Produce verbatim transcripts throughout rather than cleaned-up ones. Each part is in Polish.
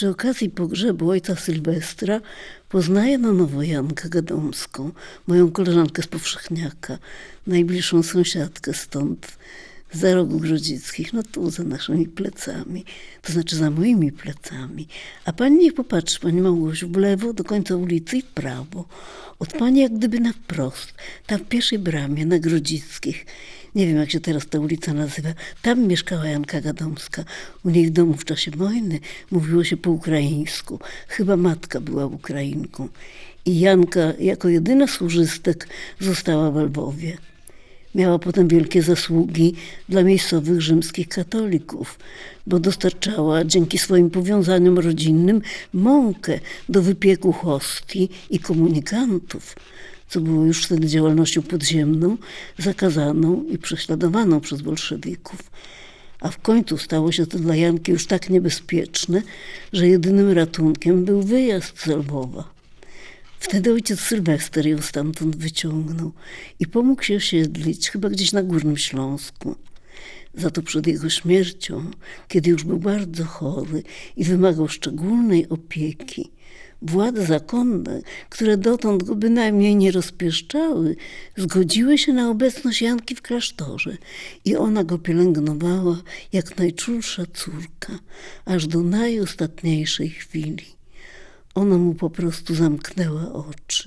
Przy okazji pogrzebu ojca Sylwestra poznaję na nowo Jankę Gadomską, moją koleżankę z Powszechniaka, najbliższą sąsiadkę stąd, za rogu Grodzickich, no tu za naszymi plecami, to znaczy za moimi plecami. A pani niech popatrzy, pani Małgosiu, w lewo do końca ulicy i w prawo. Od pani jak gdyby na wprost, tam w pierwszej bramie na Grodzickich. Nie wiem, jak się teraz ta ulica nazywa. Tam mieszkała Janka Gadomska. U niej w domu w czasie wojny mówiło się po ukraińsku. Chyba matka była Ukrainką. I Janka jako jedyna z chórzystek została w Lwowie. Miała potem wielkie zasługi dla miejscowych rzymskich katolików, bo dostarczała dzięki swoim powiązaniom rodzinnym mąkę do wypieku hostii i komunikantów, co było już wtedy działalnością podziemną, zakazaną i prześladowaną przez bolszewików. A w końcu stało się to dla Janki już tak niebezpieczne, że jedynym ratunkiem był wyjazd z Lwowa. Wtedy ojciec Sylwester ją stamtąd wyciągnął i pomógł się osiedlić chyba gdzieś na Górnym Śląsku. Za to przed jego śmiercią, kiedy już był bardzo chory i wymagał szczególnej opieki, władze zakonne, które dotąd go bynajmniej nie rozpieszczały, zgodziły się na obecność Janki w klasztorze i ona go pielęgnowała jak najczulsza córka, aż do najostatniejszej chwili. Ona mu po prostu zamknęła oczy.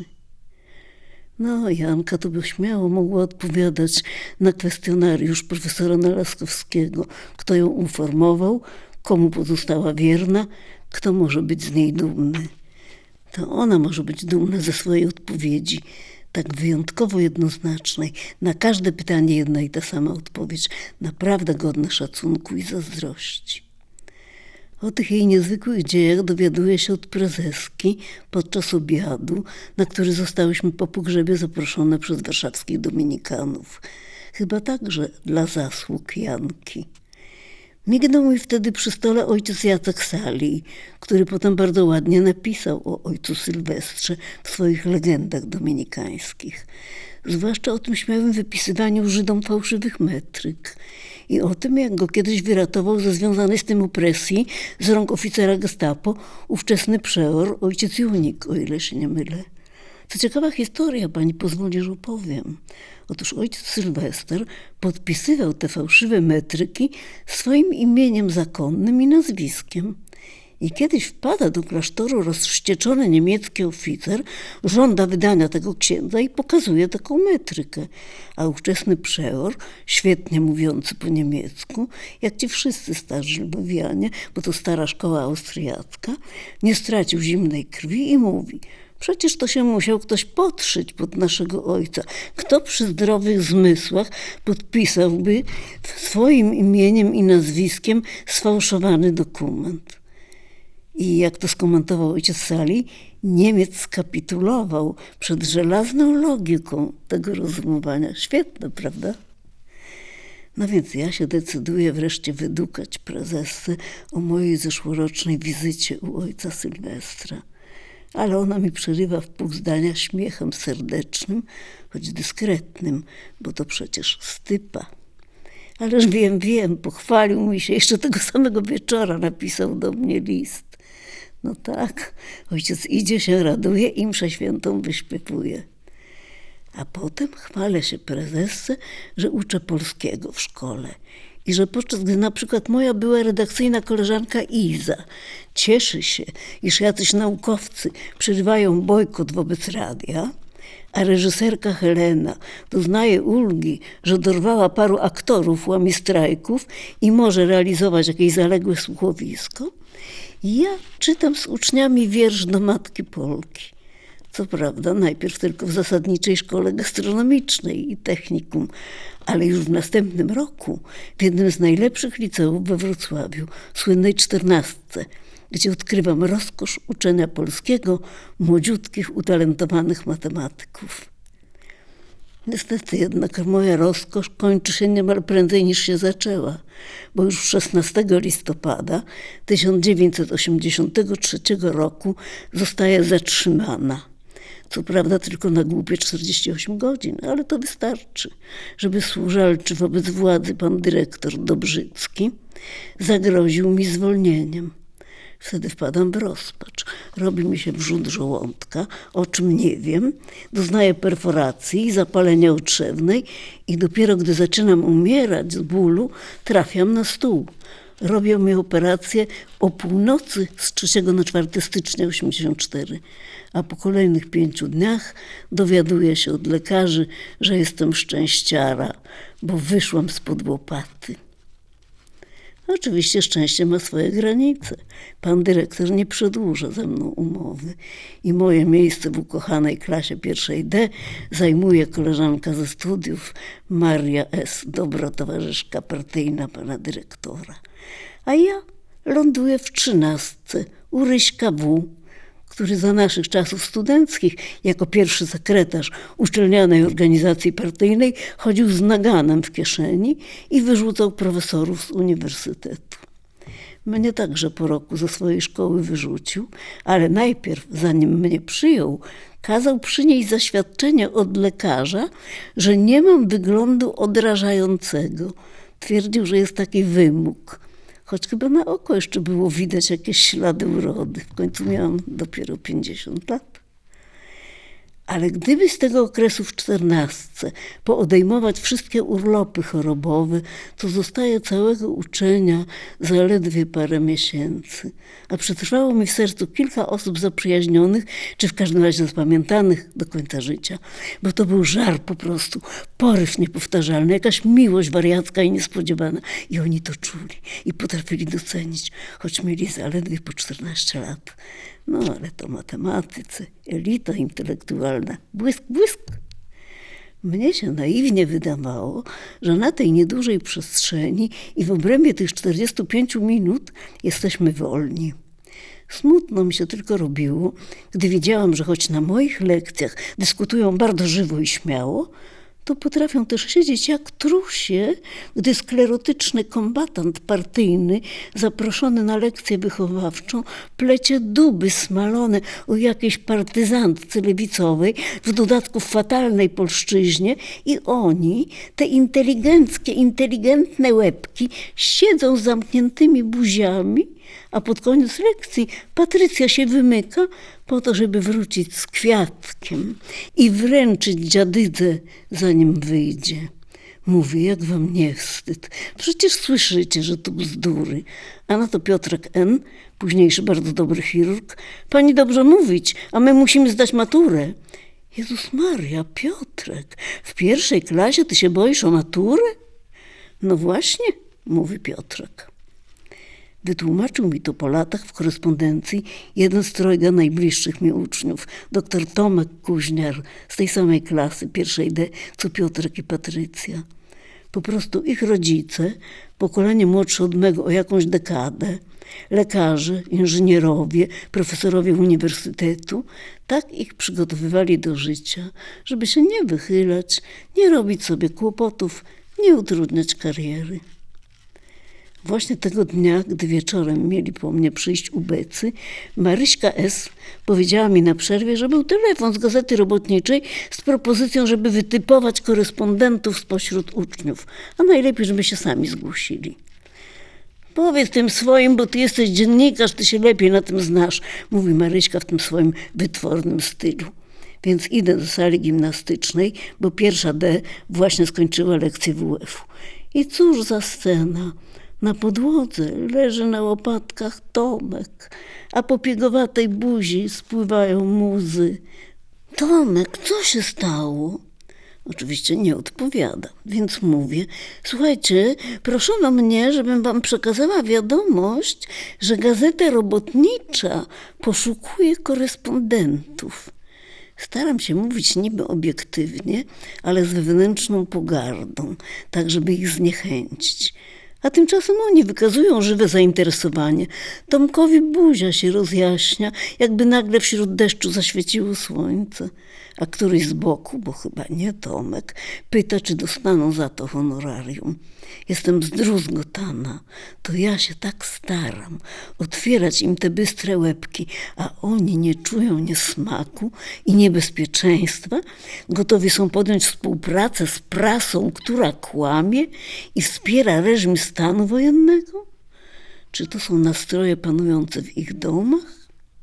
No, Janka to by śmiało mogła odpowiadać na kwestionariusz profesora Nalaskowskiego, kto ją uformował, komu pozostała wierna, kto może być z niej dumny. To ona może być dumna ze swojej odpowiedzi, tak wyjątkowo jednoznacznej. Na każde pytanie jedna i ta sama odpowiedź, naprawdę godna szacunku i zazdrości. O tych jej niezwykłych dziejach dowiaduje się od prezeski podczas obiadu, na który zostałyśmy po pogrzebie zaproszone przez warszawskich dominikanów. Chyba także dla zasług Janki. Mignął mi wtedy przy stole ojciec Jacek Sali, który potem bardzo ładnie napisał o ojcu Sylwestrze w swoich legendach dominikańskich. Zwłaszcza o tym śmiałym wypisywaniu Żydom fałszywych metryk i o tym, jak go kiedyś wyratował ze związanej z tym opresji z rąk oficera gestapo ówczesny przeor, ojciec Junik, o ile się nie mylę. Co ciekawa historia, pani pozwoli, że opowiem. Otóż ojciec Sylwester podpisywał te fałszywe metryki swoim imieniem zakonnym i nazwiskiem. I kiedyś wpada do klasztoru rozwścieczony niemiecki oficer, żąda wydania tego księdza i pokazuje taką metrykę. A ówczesny przeor, świetnie mówiący po niemiecku, jak ci wszyscy starzy lwowianie, bo to stara szkoła austriacka, nie stracił zimnej krwi i mówi: przecież to się musiał ktoś podszyć pod naszego ojca. Kto przy zdrowych zmysłach podpisałby swoim imieniem i nazwiskiem sfałszowany dokument? I jak to skomentował ojciec Sali, Niemiec skapitulował przed żelazną logiką tego rozumowania. Świetne, prawda? No więc ja się decyduję wreszcie wydukać prezesce o mojej zeszłorocznej wizycie u ojca Sylwestra. Ale ona mi przerywa w pół zdania śmiechem serdecznym, choć dyskretnym, bo to przecież stypa. Ależ wiem, wiem, pochwalił mi się, jeszcze tego samego wieczora napisał do mnie list. No tak, ojciec idzie, się raduje i mszę świętą wyśpiewuje. A potem chwalę się prezesce, że uczę polskiego w szkole i że podczas gdy na przykład moja była redakcyjna koleżanka Iza cieszy się, iż jacyś naukowcy przerywają bojkot wobec radia, a reżyserka Helena doznaje ulgi, że dorwała paru aktorów łamie strajków i może realizować jakieś zaległe słuchowisko, ja czytam z uczniami wiersz do Matki Polki. Co prawda najpierw tylko w zasadniczej szkole gastronomicznej i technikum, ale już w następnym roku w jednym z najlepszych liceów we Wrocławiu, słynnej czternastce, gdzie odkrywam rozkosz uczenia polskiego młodziutkich, utalentowanych matematyków. Niestety jednak moja rozkosz kończy się niemal prędzej niż się zaczęła, bo już szesnastego listopada tysiąc dziewięćset osiemdziesiątego trzeciego roku zostaje zatrzymana. Co prawda tylko na głupie czterdzieści osiem godzin, ale to wystarczy, żeby służalczy wobec władzy pan dyrektor Dobrzycki zagroził mi zwolnieniem. Wtedy wpadam w rozpacz. Robi mi się wrzód żołądka, o czym nie wiem. Doznaję perforacji, zapalenia utrzewnej i dopiero gdy zaczynam umierać z bólu, trafiam na stół. Robią mi operację o północy z trzeciego na czwartego stycznia osiemdziesiąt cztery, a po kolejnych pięciu dniach dowiaduję się od lekarzy, że jestem szczęściara, bo wyszłam spod łopaty. Oczywiście szczęście ma swoje granice. Pan dyrektor nie przedłuża ze mną umowy i moje miejsce w ukochanej klasie pierwszej D zajmuje koleżanka ze studiów Maria S., dobra towarzyszka partyjna pana dyrektora. A ja ląduję w trzynastce u Ryśka W., który za naszych czasów studenckich jako pierwszy sekretarz uczelnianej organizacji partyjnej chodził z naganem w kieszeni i wyrzucał profesorów z uniwersytetu. Mnie także po roku ze swojej szkoły wyrzucił, ale najpierw, zanim mnie przyjął, kazał przynieść zaświadczenie od lekarza, że nie mam wyglądu odrażającego. Twierdził, że jest taki wymóg. Choć chyba na oko jeszcze było widać jakieś ślady urody. W końcu miałam dopiero pięćdziesiąt lat. Ale gdyby z tego okresu w czternastce poodejmować wszystkie urlopy chorobowe, to zostaje całego uczenia zaledwie parę miesięcy. A przetrwało mi w sercu kilka osób zaprzyjaźnionych, czy w każdym razie zapamiętanych do końca życia. Bo to był żar po prostu, poryw niepowtarzalny, jakaś miłość wariacka i niespodziewana. I oni to czuli i potrafili docenić, choć mieli zaledwie po czternaście lat. No ale to matematycy, elita intelektualna, błysk, błysk. Mnie się naiwnie wydawało, że na tej niedużej przestrzeni i w obrębie tych czterdziestu pięciu minut jesteśmy wolni. Smutno mi się tylko robiło, gdy widziałam, że choć na moich lekcjach dyskutują bardzo żywo i śmiało, to potrafią też siedzieć jak trusie, gdy sklerotyczny kombatant partyjny, zaproszony na lekcję wychowawczą, plecie duby smalone o jakiejś partyzantce lewicowej, w dodatku w fatalnej polszczyźnie, i oni, te inteligenckie, inteligentne łebki, siedzą z zamkniętymi buziami, a pod koniec lekcji Patrycja się wymyka po to, żeby wrócić z kwiatkiem i wręczyć dziadydze, zanim wyjdzie. Mówi, jak wam nie wstyd. Przecież słyszycie, że to bzdury. A na to Piotrek N., późniejszy bardzo dobry chirurg: pani dobrze mówić, a my musimy zdać maturę. Jezus Maria, Piotrek, w pierwszej klasie ty się boisz o maturę? No właśnie, mówi Piotrek. Wytłumaczył mi to po latach w korespondencji jeden z trojga najbliższych mi uczniów, doktor Tomek Kuźniar, z tej samej klasy pierwszej D, co Piotrek i Patrycja. Po prostu ich rodzice, pokolenie młodsze od mego o jakąś dekadę, lekarze, inżynierowie, profesorowie uniwersytetu, tak ich przygotowywali do życia, żeby się nie wychylać, nie robić sobie kłopotów, nie utrudniać kariery. Właśnie tego dnia, gdy wieczorem mieli po mnie przyjść ubecy, Maryśka S. powiedziała mi na przerwie, że był telefon z Gazety Robotniczej z propozycją, żeby wytypować korespondentów spośród uczniów, a najlepiej, żeby się sami zgłosili. Powiedz tym swoim, bo ty jesteś dziennikarz, ty się lepiej na tym znasz, mówi Maryśka w tym swoim wytwornym stylu. Więc idę do sali gimnastycznej, bo pierwsza D właśnie skończyła lekcję W F u. I cóż za scena. Na podłodze leży na łopatkach Tomek, a po piegowatej buzi spływają łzy. Tomek, co się stało? Oczywiście nie odpowiada, więc mówię: słuchajcie, proszono mnie, żebym wam przekazała wiadomość, że Gazeta Robotnicza poszukuje korespondentów. Staram się mówić niby obiektywnie, ale z wewnętrzną pogardą, tak żeby ich zniechęcić. A tymczasem oni wykazują żywe zainteresowanie. Tomkowi buzia się rozjaśnia, jakby nagle wśród deszczu zaświeciło słońce. A któryś z boku, bo chyba nie Tomek, pyta, czy dostaną za to honorarium. Jestem zdruzgotana. To ja się tak staram otwierać im te bystre łebki, a oni nie czują niesmaku i niebezpieczeństwa. Gotowi są podjąć współpracę z prasą, która kłamie i wspiera reżim stanu wojennego. Czy to są nastroje panujące w ich domach?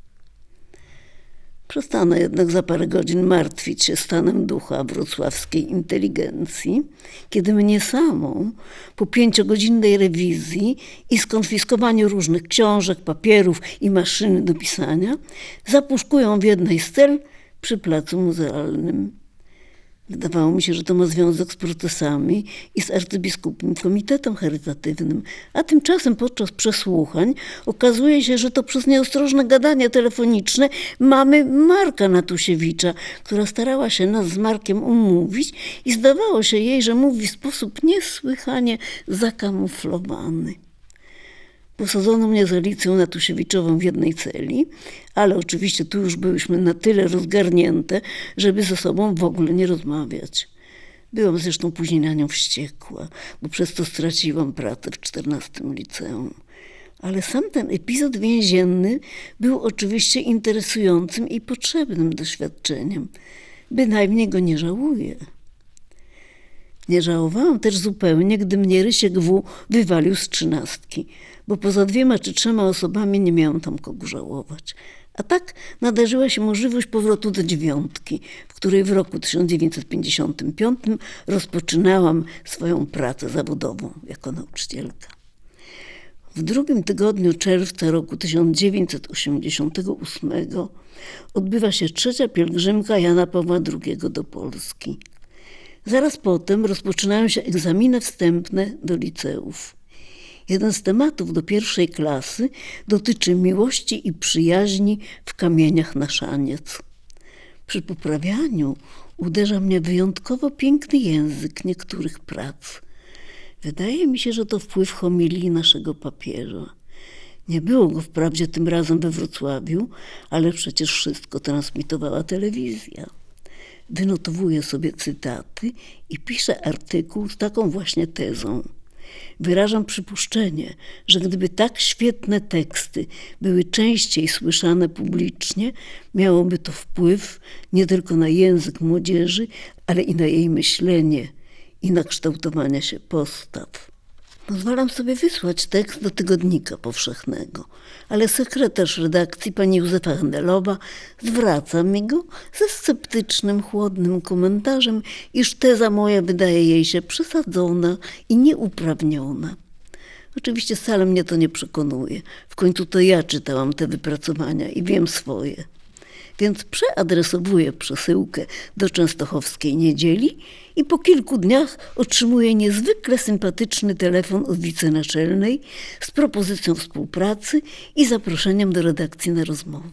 Przestanę jednak za parę godzin martwić się stanem ducha wrocławskiej inteligencji, kiedy mnie samą, po pięciogodzinnej rewizji i skonfiskowaniu różnych książek, papierów i maszyny do pisania, zapuszkują w jednej z cel przy placu muzealnym. Wydawało mi się, że to ma związek z protestami i z arcybiskupim komitetem charytatywnym, a tymczasem podczas przesłuchań okazuje się, że to przez nieostrożne gadanie telefoniczne mamy Marka Natusiewicza, która starała się nas z Markiem umówić i zdawało się jej, że mówi w sposób niesłychanie zakamuflowany. Posadzono mnie z Alicją Natusiewiczową w jednej celi, ale oczywiście tu już byłyśmy na tyle rozgarnięte, żeby ze sobą w ogóle nie rozmawiać. Byłam zresztą później na nią wściekła, bo przez to straciłam pracę w czternastym liceum. Ale sam ten epizod więzienny był oczywiście interesującym i potrzebnym doświadczeniem. Bynajmniej go nie żałuję. Nie żałowałam też zupełnie, gdy mnie Rysiek W. wywalił z trzynastki, bo poza dwiema czy trzema osobami nie miałam tam kogo żałować. A tak nadarzyła się możliwość powrotu do dziewiątki, w której w roku tysiąc dziewięćset pięćdziesiątym piątym rozpoczynałam swoją pracę zawodową jako nauczycielka. W drugim tygodniu czerwca roku tysiąc dziewięćset osiemdziesiątego ósmego odbywa się trzecia pielgrzymka Jana Pawła drugiego do Polski. Zaraz potem rozpoczynają się egzaminy wstępne do liceów. Jeden z tematów do pierwszej klasy dotyczy miłości i przyjaźni w kamieniach na szaniec. Przy poprawianiu uderza mnie wyjątkowo piękny język niektórych prac. Wydaje mi się, że to wpływ homilii naszego papieża. Nie było go wprawdzie tym razem we Wrocławiu, ale przecież wszystko transmitowała telewizja. Wynotowuję sobie cytaty i piszę artykuł z taką właśnie tezą. Wyrażam przypuszczenie, że gdyby tak świetne teksty były częściej słyszane publicznie, miałoby to wpływ nie tylko na język młodzieży, ale i na jej myślenie i na kształtowanie się postaw. Pozwalam sobie wysłać tekst do Tygodnika Powszechnego, ale sekretarz redakcji, pani Józefa Hendelowa, zwraca mi go ze sceptycznym, chłodnym komentarzem, iż teza moja wydaje jej się przesadzona i nieuprawniona. Oczywiście wcale mnie to nie przekonuje. W końcu to ja czytałam te wypracowania i wiem swoje. Więc przeadresowuję przesyłkę do Częstochowskiej Niedzieli i po kilku dniach otrzymuję niezwykle sympatyczny telefon od wicenaczelnej z propozycją współpracy i zaproszeniem do redakcji na rozmowę.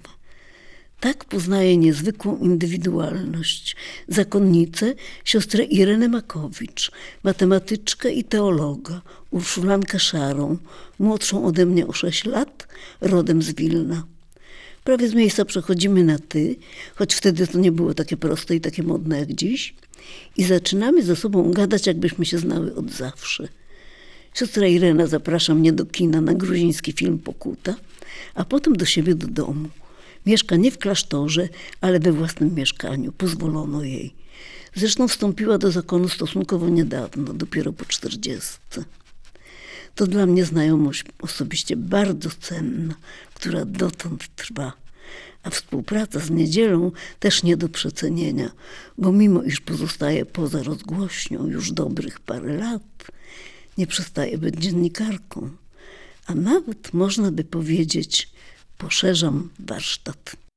Tak poznaję niezwykłą indywidualność, zakonnicę, siostrę Irenę Makowicz, matematyczkę i teologa, Urszulankę Szarą, młodszą ode mnie o sześć lat, rodem z Wilna. Prawie z miejsca przechodzimy na ty, choć wtedy to nie było takie proste i takie modne jak dziś. I zaczynamy ze sobą gadać, jakbyśmy się znały od zawsze. Siostra Irena zaprasza mnie do kina na gruziński film Pokuta, a potem do siebie do domu. Mieszka nie w klasztorze, ale we własnym mieszkaniu. Pozwolono jej. Zresztą wstąpiła do zakonu stosunkowo niedawno, dopiero po czterdziestce. To dla mnie znajomość osobiście bardzo cenna, która dotąd trwa. A współpraca z Niedzielą też nie do przecenienia, bo mimo iż pozostaje poza rozgłośnią już dobrych parę lat, nie przestaje być dziennikarką. A nawet można by powiedzieć, poszerzam warsztat.